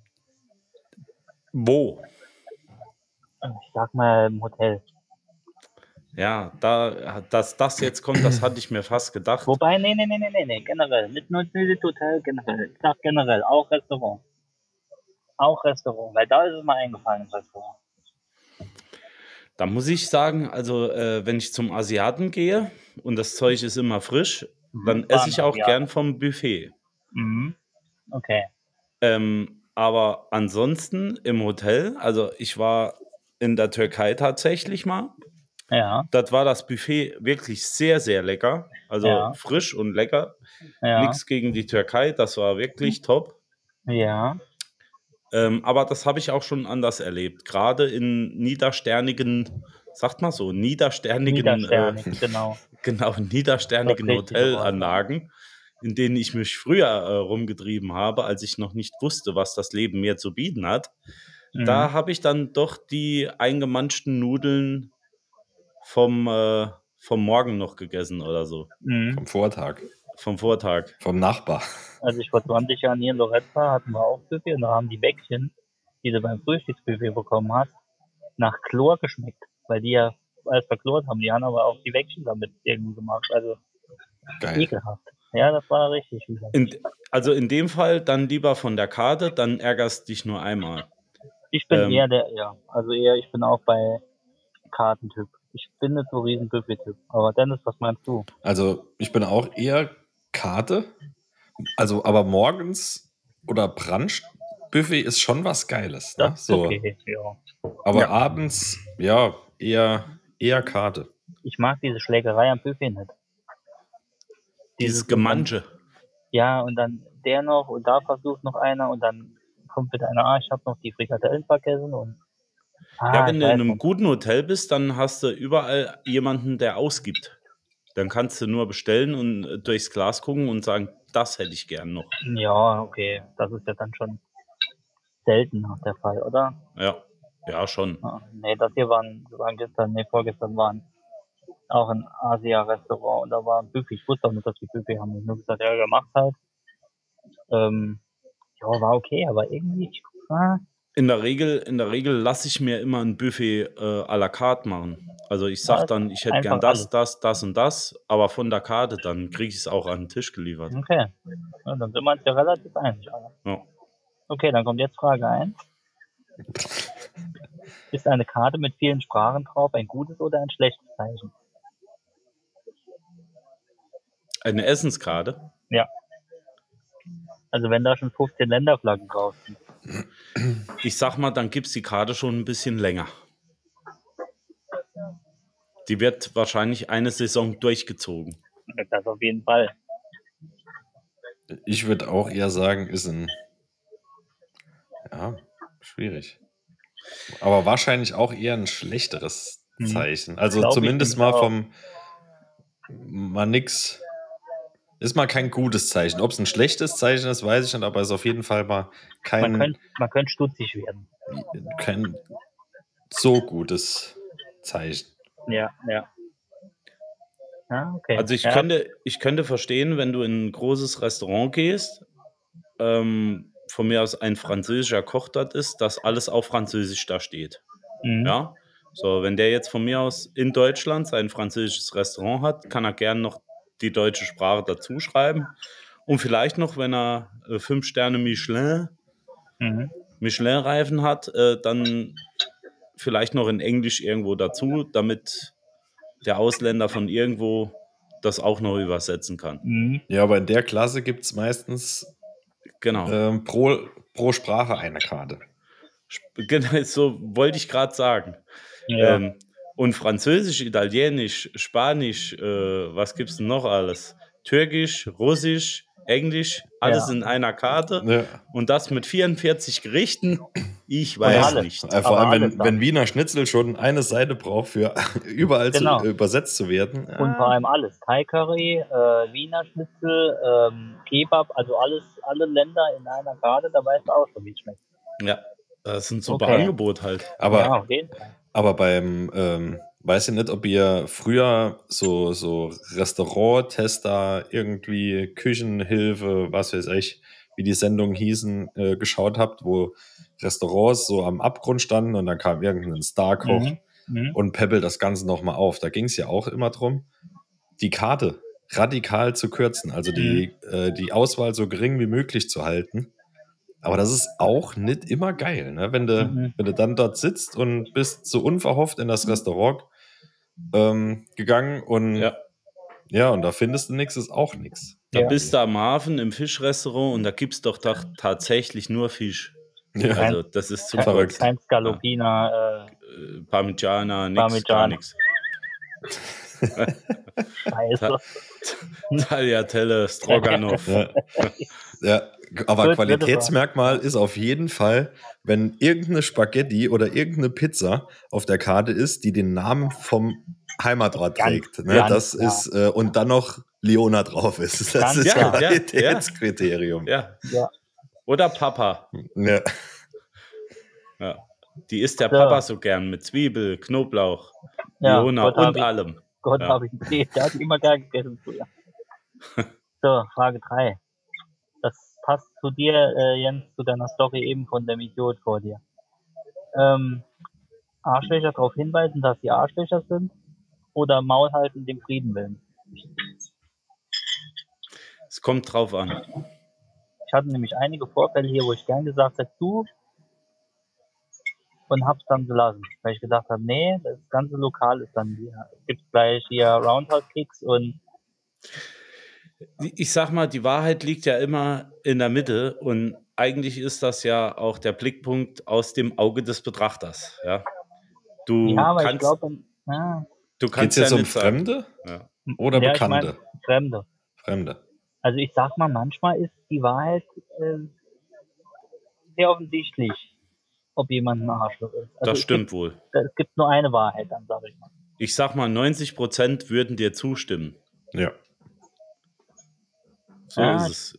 Wo? Ich sag mal im Hotel. Ja, dass das jetzt kommt, das hatte ich mir fast gedacht. Wobei, nee, generell. Nicht nur das Hotel, generell. Ich sag generell, auch Restaurant. Auch Restaurant, weil da ist es mal eingefallen im Restaurant. Da muss ich sagen, also wenn ich zum Asiaten gehe und das Zeug ist immer frisch, dann esse ich auch Ja. gern vom Buffet. Mhm. Okay. Aber ansonsten im Hotel, also ich war in der Türkei tatsächlich mal. Ja, Das war das Buffet wirklich sehr, sehr lecker. Also Ja. frisch und lecker. ja, Nichts gegen die Türkei, das war wirklich top. ja. Aber das habe ich auch schon anders erlebt. Gerade in niedersternigen, sagt man so, niedersternigen Niedersternig, genau. genau, niedersternigen Das richtige Wort. Hotelanlagen, in denen ich mich früher rumgetrieben habe, als ich noch nicht wusste, was das Leben mir zu bieten hat. Da habe ich dann doch die eingemanschten Nudeln vom Morgen noch gegessen oder so. Mhm. Vom Vortag. Vom Vortag. Vom Nachbar. Also ich vor 20 Jahren hier in Loretto hatten wir auch Buffet und da haben die Bäckchen, die du beim Frühstücksbuffet bekommen hast, nach Chlor geschmeckt, weil die ja alles verklort haben. Die haben aber auch die Wäckchen damit irgendwie gemacht. Also Geil. ekelhaft. Ja, das war richtig widerlich. Also in dem Fall dann lieber von der Karte, dann ärgerst dich nur einmal. Ich bin Ähm, ich bin auch bei Kartentyp. Ich bin nicht so riesen Buffet-Typ. Aber Dennis, was meinst du? Also ich bin auch eher Karte. Also, aber morgens oder Brunch-Buffet ist schon was Geiles. Ne? Das ist So. okay, ja. Aber Ja. abends, ja, eher Karte. Ich mag diese Schlägerei am Buffet nicht. Dieses Gemansche. Ja, und dann der noch und da versucht noch einer und dann kommt wieder einer, ich habe noch die Frikadellen vergessen und Ja, wenn ich du in weiß einem nicht. guten Hotel bist, dann hast du überall jemanden, der ausgibt. Dann kannst du nur bestellen und durchs Glas gucken und sagen, das hätte ich gern noch. Ja, okay, das ist ja dann schon selten noch der Fall, oder? Ja, schon. Nee, vorgestern waren auch ein Asia-Restaurant und da war ein Buffet. Ich wusste auch nicht, dass die Buffet haben. Ich habe nur gesagt, ja, gemacht halt. Ja, war okay, aber irgendwie, In der Regel lasse ich mir immer ein Buffet à la carte machen. Also ich sag dann, ich hätte gern einfach das und das, aber von der Karte, dann kriege ich es auch an den Tisch geliefert. okay. Ja, dann sind wir uns ja relativ einig. Ja. Okay, dann kommt jetzt Frage 1. Ist eine Karte mit vielen Sprachen drauf ein gutes oder ein schlechtes Zeichen? Eine Essenskarte? Ja. Also wenn da schon 15 Länderflaggen drauf sind. Ich sag mal, dann gibt's die Karte schon ein bisschen länger. Die wird wahrscheinlich eine Saison durchgezogen. Das auf jeden Fall. Ich würde auch eher sagen, ist schwierig. Aber wahrscheinlich auch eher ein schlechteres Zeichen. Also Glaub ich zumindest nämlich mal auch. mal nix. Ist mal kein gutes Zeichen. Ob es ein schlechtes Zeichen ist, weiß ich nicht, aber es ist auf jeden Fall mal Man könnte stutzig werden. kein so gutes Zeichen. Ja. Ja, okay. Also ich könnte verstehen, wenn du in ein großes Restaurant gehst, von mir aus ein französischer Koch dort ist, dass alles auf Französisch da steht. Ja, so, wenn der jetzt von mir aus in Deutschland sein französisches Restaurant hat, kann er gern noch die deutsche Sprache dazu schreiben und vielleicht noch, wenn er 5 Sterne Michelin-Reifen hat, dann vielleicht noch in Englisch irgendwo dazu, damit der Ausländer von irgendwo das auch noch übersetzen kann. Ja, aber in der Klasse gibt es meistens Genau. pro Sprache eine Karte. Genau, so wollte ich gerade sagen. Ja. Und Französisch, Italienisch, Spanisch, was gibt's denn noch alles? Türkisch, Russisch, Englisch, alles in einer Karte. Ja. Und das mit 44 Gerichten. Ich weiß alles. nicht. Vor allem, alles wenn Wiener Schnitzel schon eine Seite braucht, für überall Genau. übersetzt zu werden. Und vor allem alles. Thai Curry, Wiener Schnitzel, Kebab, also alle Länder in einer Karte, da weißt du auch schon, wie es schmeckt. Ja, das ist ein super Okay. Angebot halt. Aber, auf jeden Fall. aber beim, weiß ich nicht, ob ihr früher so Restaurant-Tester, irgendwie Küchenhilfe, was weiß ich, wie die Sendungen hießen, geschaut habt, wo Restaurants so am Abgrund standen und dann kam irgendein Star-Koch und peppelt das Ganze nochmal auf. Da ging es ja auch immer drum, die Karte radikal zu kürzen, also die Auswahl so gering wie möglich zu halten. Aber das ist auch nicht immer geil, ne? Wenn du dann dort sitzt und bist so unverhofft in das Restaurant gegangen und und da findest du nichts, ist auch nichts. Da bist du am Hafen im Fischrestaurant und da gibt's doch tatsächlich nur Fisch. Ja. Also das ist zum Verrückt. Kein Scallopina, Parmigiana, nix, gar nichts. Scheiße. Tagliatelle, Stroganoff. Ja, aber Gut, Qualitätsmerkmal ist auf jeden Fall, wenn irgendeine Spaghetti oder irgendeine Pizza auf der Karte ist, die den Namen vom Heimatort trägt. Ne? ganz Das klar. ist, und dann noch Leona drauf ist. Das Ganz ist klar. Qualitätskriterium. Ja. Ja. Oder Papa. Ja. Ja. Die isst der So. Papa so gern mit Zwiebel, Knoblauch, Ja, Leona Gott hab und ich- allem. Gott Ja. habe ich gesehen, der hat immer gern gegessen früher. So, Frage 3. Das passt zu dir, Jens, zu deiner Story eben von dem Idiot vor dir. Arschlöcher darauf hinweisen, dass sie Arschlöcher sind oder Maul halten dem Frieden willen. Es kommt drauf an. Ich hatte nämlich einige Vorfälle hier, wo ich gern gesagt hätte, du, und hab's dann gelassen. Weil ich gedacht habe, nee, das ganze Lokal ist dann hier. Es gibt gleich hier Roundhouse-Kicks und Ich sag mal, die Wahrheit liegt ja immer in der Mitte und eigentlich ist das ja auch der Blickpunkt aus dem Auge des Betrachters. Ja, du ja, aber ich kannst, glaube, du Geht kannst es jetzt ja um nicht sagen. Fremde Ja. oder ja, ich Bekannte? meine, Fremde. Fremde. Also ich sag mal, manchmal ist die Wahrheit sehr offensichtlich, ob jemand ein Arschloch ist. Also Das stimmt wohl. Es gibt nur eine Wahrheit, dann sage ich mal. Ich sag mal, 90% würden dir zustimmen. Ja. So Ja, ist es.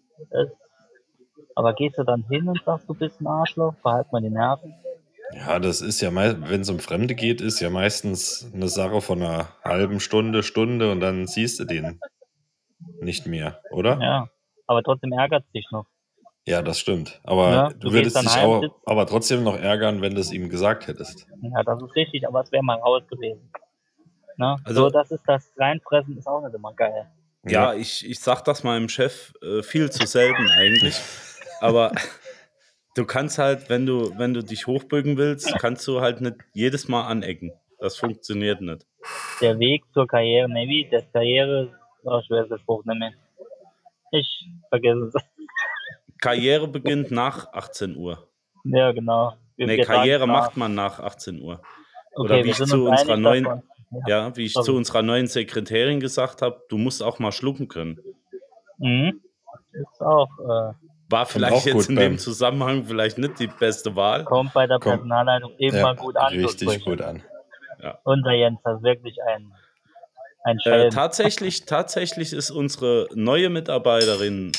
Aber gehst du dann hin und sagst, du bist ein Arschloch, behalt mal die Nerven? Ja, das ist ja wenn es um Fremde geht, ist ja meistens eine Sache von einer halben Stunde und dann siehst du den nicht mehr, oder? Ja, aber trotzdem ärgert es dich noch. Ja, das stimmt. Aber Ja, du du würdest gehst dann dich heim, sitzt- aber trotzdem noch ärgern, wenn du es ihm gesagt hättest. Ja, das ist richtig, aber es wäre mal raus gewesen. Ne? Also- So, das ist das Reinfressen ist auch nicht immer geil. Ja, ich sag das meinem Chef viel zu selten eigentlich. Aber du kannst halt, wenn du dich hochbücken willst, kannst du halt nicht jedes Mal anecken. Das funktioniert nicht. Der Weg zur Karriere, ne, wie? Das Karriere, schwer ist der Spruch, nicht mehr. Ich vergesse es. Karriere beginnt nach 18 Uhr. Ja, genau. Nee, Wir Karriere sagen es macht man nach 18 Uhr. nach. Oder Okay, wie wir ich sind zu uns unserer einig neuen, davon. ja, wie ich Sorry. zu unserer neuen Sekretärin gesagt habe, du musst auch mal schlucken können. Mhm. Ist auch, War vielleicht auch jetzt gut in dem beim- Zusammenhang vielleicht nicht die beste Wahl. kommt bei der Komm. Personalleitung immer Ja, gut an. so richtig Sprüche. gut an. Unser Jens, das ist wirklich ein Schelm. Tatsächlich ist unsere neue Mitarbeiterin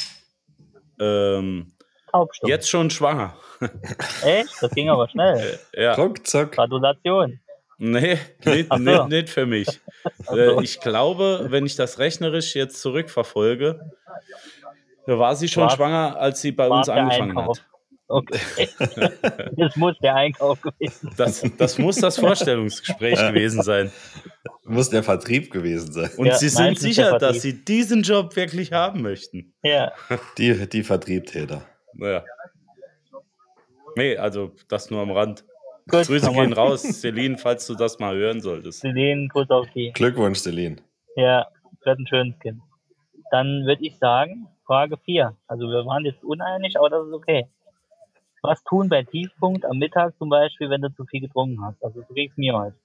Taubstumm. jetzt schon schwanger. Echt? Das ging aber schnell. Ja. Ruckzuck. Gratulation. Nee, nicht, Ach so. nicht für mich. so. Ich glaube, wenn ich das rechnerisch jetzt zurückverfolge, da war sie schon War's- schwanger, als sie bei War uns der angefangen Einkauf. hat. Okay. Das muss der Einkauf gewesen sein. Das muss das Vorstellungsgespräch gewesen sein. Muss der Vertrieb gewesen sein. Und Ja, Sie nein, sind es ist der sicher, Vertrieb. dass Sie diesen Job wirklich haben möchten. Ja, Die Vertriebtäter. Naja. Nee, also das nur am Rand. gut. Grüße nochmal. gehen raus, Celine, falls du das mal hören solltest. Celine, Kuss auf die. Glückwunsch, Celine. Ja, wird ein schönes Kind. Dann würde ich sagen, Frage 4. Also wir waren jetzt uneinig, aber das ist okay. Was tun bei Tiefpunkt am Mittag zum Beispiel, wenn du zu viel getrunken hast? Also so ging's mir heute.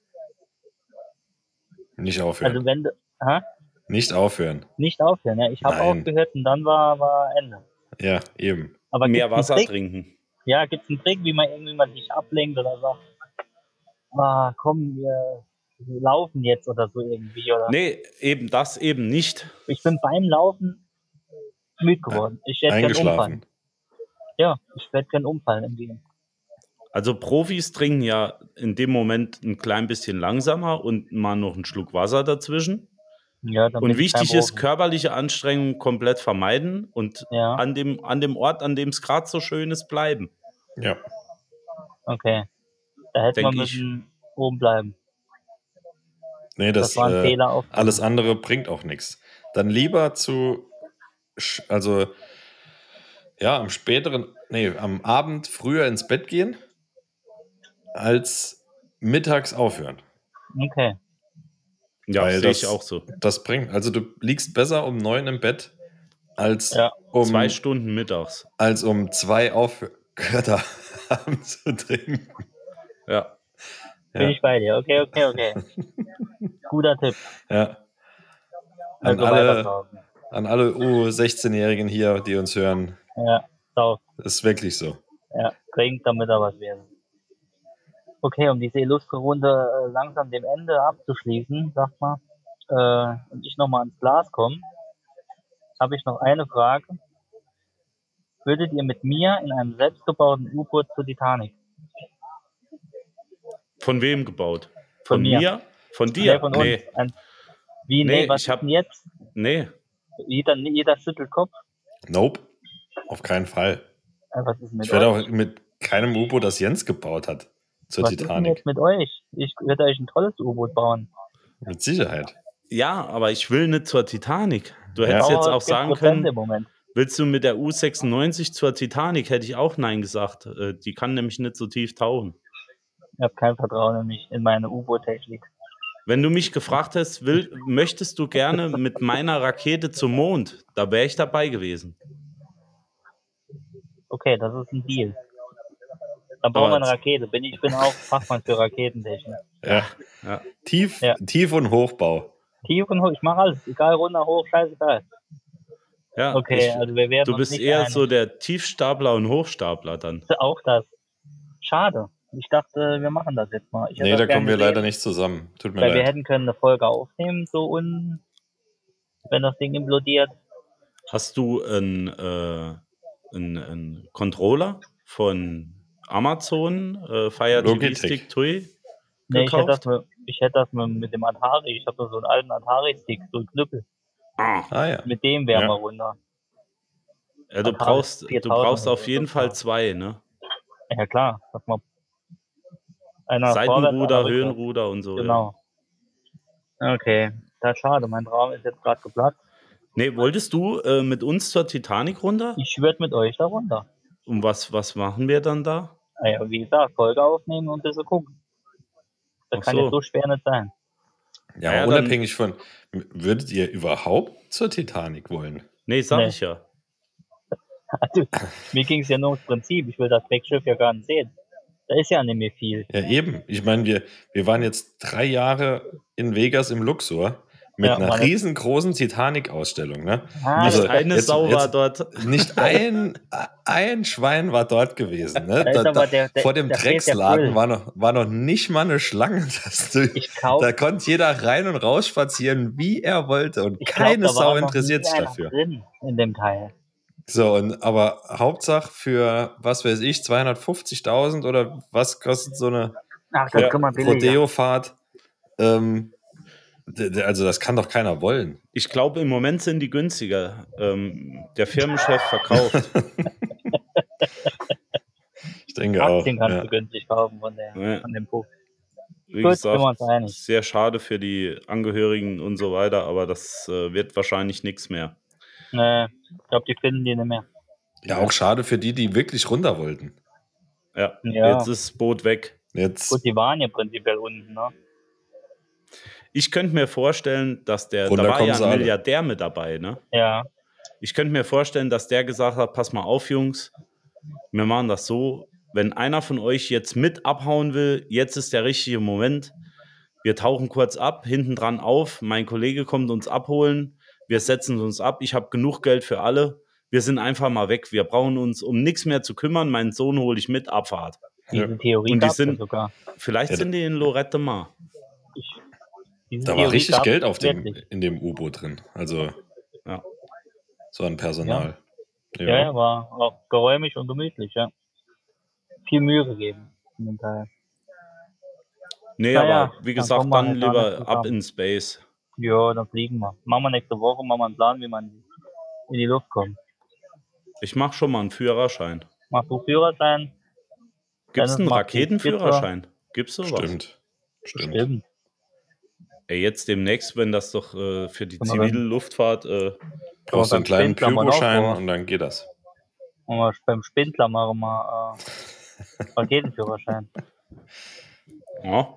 Nicht aufhören. Also wenn du, Nicht aufhören. nicht aufhören, ja. Ich habe Nein. aufgehört und dann war Ende. Ja, eben. Aber Mehr gibt's Wasser einen Trick? trinken. Ja, gibt's einen Trick, wie man irgendwie mal sich ablenkt oder sagt, komm, wir laufen jetzt oder so irgendwie, oder? Nee, eben das eben nicht. Ich bin beim Laufen müde geworden. Ich werde gern umfallen. Eingeschlafen. Ja, ich werde gern umfallen im Gehen. Also Profis trinken ja in dem Moment ein klein bisschen langsamer und mal noch einen Schluck Wasser dazwischen. Ja, dann Und bin ich wichtig kein ist, Profi. körperliche Anstrengungen komplett vermeiden und Ja. an dem Ort, an dem es gerade so schön ist, bleiben. Ja. Okay. Da hätte man Denk ich. müssen oben bleiben. Nee, Das war ein Fehler auf. alles andere bringt auch nichts. Dann lieber also ja, am Abend früher ins Bett gehen, als mittags aufhören. Okay. Ja, Weil sehe ich auch so. Das bringt, also du liegst besser um 9 im Bett, als Ja. um 2 Stunden mittags. als um 2 aufgehört haben zu trinken. Ja. Bin Ja. ich bei dir. Okay. Guter Tipp. Ja. An Also alle, weiterlaufen. an alle U16-Jährigen hier, die uns hören, Ja, so. ist wirklich so. Ja, trinkt, damit da was wird. Okay, um diese illustre Runde langsam dem Ende abzuschließen, sag mal, und ich nochmal ans Glas komme, habe ich noch eine Frage. Würdet ihr mit mir in einem selbstgebauten U-Boot zur Titanic? Von wem gebaut? Von mir. Von dir? Nee, von uns. Nee. Wie, Nee, nee, was ich hab- ist denn jetzt? Nee. Jeder schüttelt Kopf. Nope. Auf keinen Fall. Was ist mit Ich werde euch? auch mit keinem U-Boot, das Jens gebaut hat, zur Was ist denn Titanic. jetzt mit euch? Ich würde euch ein tolles U-Boot bauen. Mit Sicherheit. Ja, aber ich will nicht zur Titanic. Du Ja. hättest jetzt Aber auch es gibt sagen Prozent können, im Moment. willst du mit der U96 zur Titanic? Hätte ich auch Nein gesagt. Die kann nämlich nicht so tief tauchen. Ich habe kein Vertrauen in mich, in meine U-Boot-Technik. Wenn du mich gefragt hast, möchtest du gerne mit meiner Rakete zum Mond, da wäre ich dabei gewesen. Okay, das ist ein Deal. Dann bauen wir Aber eine Rakete. Ich bin auch Fachmann für Raketentechnik. Ja. Ja. Tief- und Hochbau. Tief und hoch, ich mache alles. Egal, runter, hoch, scheißegal. Ja, Okay, also wir werden du uns bist nicht eher einig. so der Tiefstapler und Hochstapler dann. Auch das. Schade. Ich dachte, wir machen das jetzt mal. Ich hätte Nee, das da gern kommen wir gesehen, leider nicht zusammen. Tut mir Weil wir leid. hätten können eine Folge aufnehmen, wenn das Ding implodiert. Hast du einen Controller von Amazon, Fire TV Logitech. Stick TUI Nee, gekauft? ich hätte das mit dem Atari. Ich habe so einen alten Atari-Stick, so einen Knüppel. Ah ja. Mit dem wären Ja. wir runter. Ja, du Atari brauchst 4000 auf oder jeden so. Fall 2, ne? Ja klar, sag mal. Einer vorwärts, Seitenruder, einer rückwärts. Höhenruder und so. Ja. Genau. Okay, das ist schade. Mein Traum ist jetzt gerade geplatzt. Nee, wolltest du mit uns zur Titanic runter? Ich würde mit euch da runter. Und was machen wir dann da? Naja, wie gesagt, Folge aufnehmen und ein bisschen gucken. Das Ach kann so. jetzt so schwer nicht sein. Ja, Ja, aber unabhängig von, würdet ihr überhaupt zur Titanic wollen? Nee, sag Nee. ich ja. Also, mir ging es ja nur ums Prinzip. Ich will das Deckschiff ja gar nicht sehen. Da ist ja nicht mehr viel. Ja, eben. Ich meine, wir waren jetzt 3 Jahre in Vegas im Luxor mit Ja, einer war das- riesengroßen Titanic-Ausstellung. Ne? Ah, Nicht Also, eine jetzt- Sau war jetzt- dort. Nicht ein Schwein war dort gewesen. Ne? Da ist aber Vor dem da fehlt der Drecksladen Grill. war noch nicht mal eine Schlange. Da konnte jeder rein und raus spazieren, wie er wollte. Und Ich glaub, keine da war Sau noch interessiert nie sich einer dafür. drin in dem Teil. So, aber Hauptsache für, was weiß ich, 250.000 oder was kostet so eine Ach, das kann man billiger. Rodeo-Fahrt? Also das kann doch keiner wollen. Ich glaube, im Moment sind die günstiger. Der Firmenchef verkauft. Ich denke auch. Aktien kannst Ja. du günstig kaufen von Ja. dem Buch. Wie Gut, sind wir uns gesagt, einig. sehr schade für die Angehörigen und so weiter, aber das wird wahrscheinlich nichts mehr. Nee, ich glaube, die finden die nicht mehr. Ja, auch schade für die wirklich runter wollten. Ja, Ja. jetzt ist das Boot weg. Jetzt, Gut, die waren ja prinzipiell unten, ne? Ich könnte mir vorstellen, dass da Runter war kommen ja sie ein alle. Milliardär mit dabei, ne? Ja. Ich könnte mir vorstellen, dass der gesagt hat, pass mal auf, Jungs, wir machen das so, wenn einer von euch jetzt mit abhauen will, jetzt ist der richtige Moment. Wir tauchen kurz ab, hinten dran auf, mein Kollege kommt uns abholen, wir setzen uns ab, ich habe genug Geld für alle, wir sind einfach mal weg, wir brauchen uns um nichts mehr zu kümmern, meinen Sohn hole ich mit, Abfahrt. Diese Theorie Und die gab es sind- sogar. Vielleicht Ja, sind die in Lorette Mar. Diese da war Theorie richtig gab's Geld wirklich. in dem U-Boot drin. Also Ja. so an Personal. Ja, war auch geräumig und gemütlich, ja. Viel Mühe gegeben in dem Teil. Nee, Naja, aber wie dann gesagt, kommen wir dann halt gar lieber nicht ab zusammen. in Space. Ja, dann fliegen wir. Machen wir nächste Woche, machen wir einen Plan, wie man in die Luft kommt. Ich mache schon mal einen Führerschein. Machst du Führerschein? Gibt es Dennis einen macht die Raketenführerschein? Gibt's sowas? Stimmt. Stimmt. Ey, jetzt demnächst, wenn das doch für die Aber zivile Luftfahrt. Brauchst du einen beim kleinen Spindler haben wir noch Pyroschein vor. und dann geht das. Und wir beim Spindler machen wir Raketenführerschein. Ja.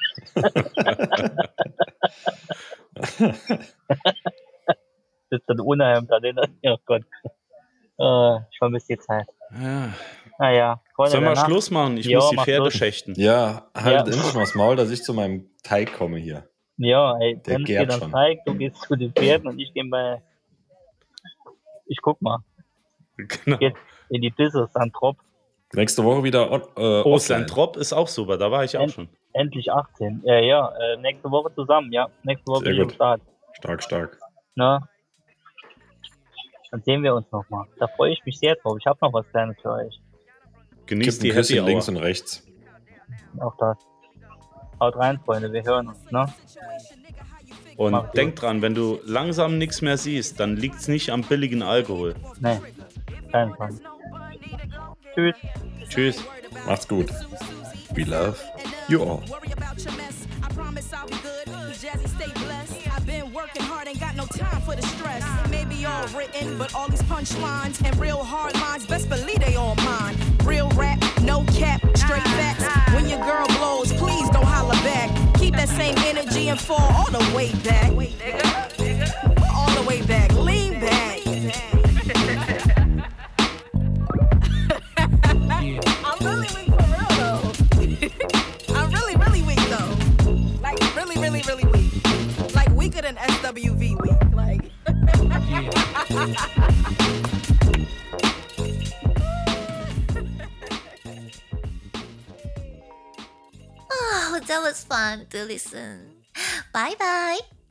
Sitzt dann unheimlich da drin. Oh Gott. Ich vermisse die Zeit. Ja. Naja, Freunde Sollen der wir Nacht. Schluss machen? Ich Ja, muss die mach Pferde Schluss. schächten. Ja, halt Ja. endlich mal das Maul, dass ich zu meinem Teig komme hier. Ja, ey, Der Dennis gärt geht ans schon. Teig, du gehst zu den Pferden und ich gehe bei. Ich guck mal. Genau. Geht in die Business an Trop. Nächste Woche wieder offline. Ostland-Trop ist auch super, da war ich auch schon. Endlich 18. Ja, nächste Woche zusammen, ja. Nächste Woche Sehr bin ich am gut. Start. Stark. Ne? Dann sehen wir uns nochmal. Da freue ich mich sehr drauf. Ich habe noch was Kleines für euch. Genießt Gibt ein die Happy Küsschen links Hour. und rechts. Auch das. Haut rein, Freunde, wir hören uns, ne? Und Mach gut. denk dran, wenn du langsam nichts mehr siehst, dann liegt's nicht am billigen Alkohol. Nee, kein Fall. Tschüss. Tschüss. Macht's gut. We love you all. Worry about your mess. I promise I'll be good. Jazzy, stay blessed. I've been working hard, ain't got no time for the stress. It may be all written, but all these punchlines and real hard lines, best believe they all mine. Real rap, no cap, straight facts. When your girl blows, please don't holler back. Keep that same energy and fall all the way back. All the way back, lean back. I'm really weak for real though. I'm really, really weak though. Like really, really, really weak. Like weaker than SWV weak. Like. Oh, that was fun to listen. Bye bye.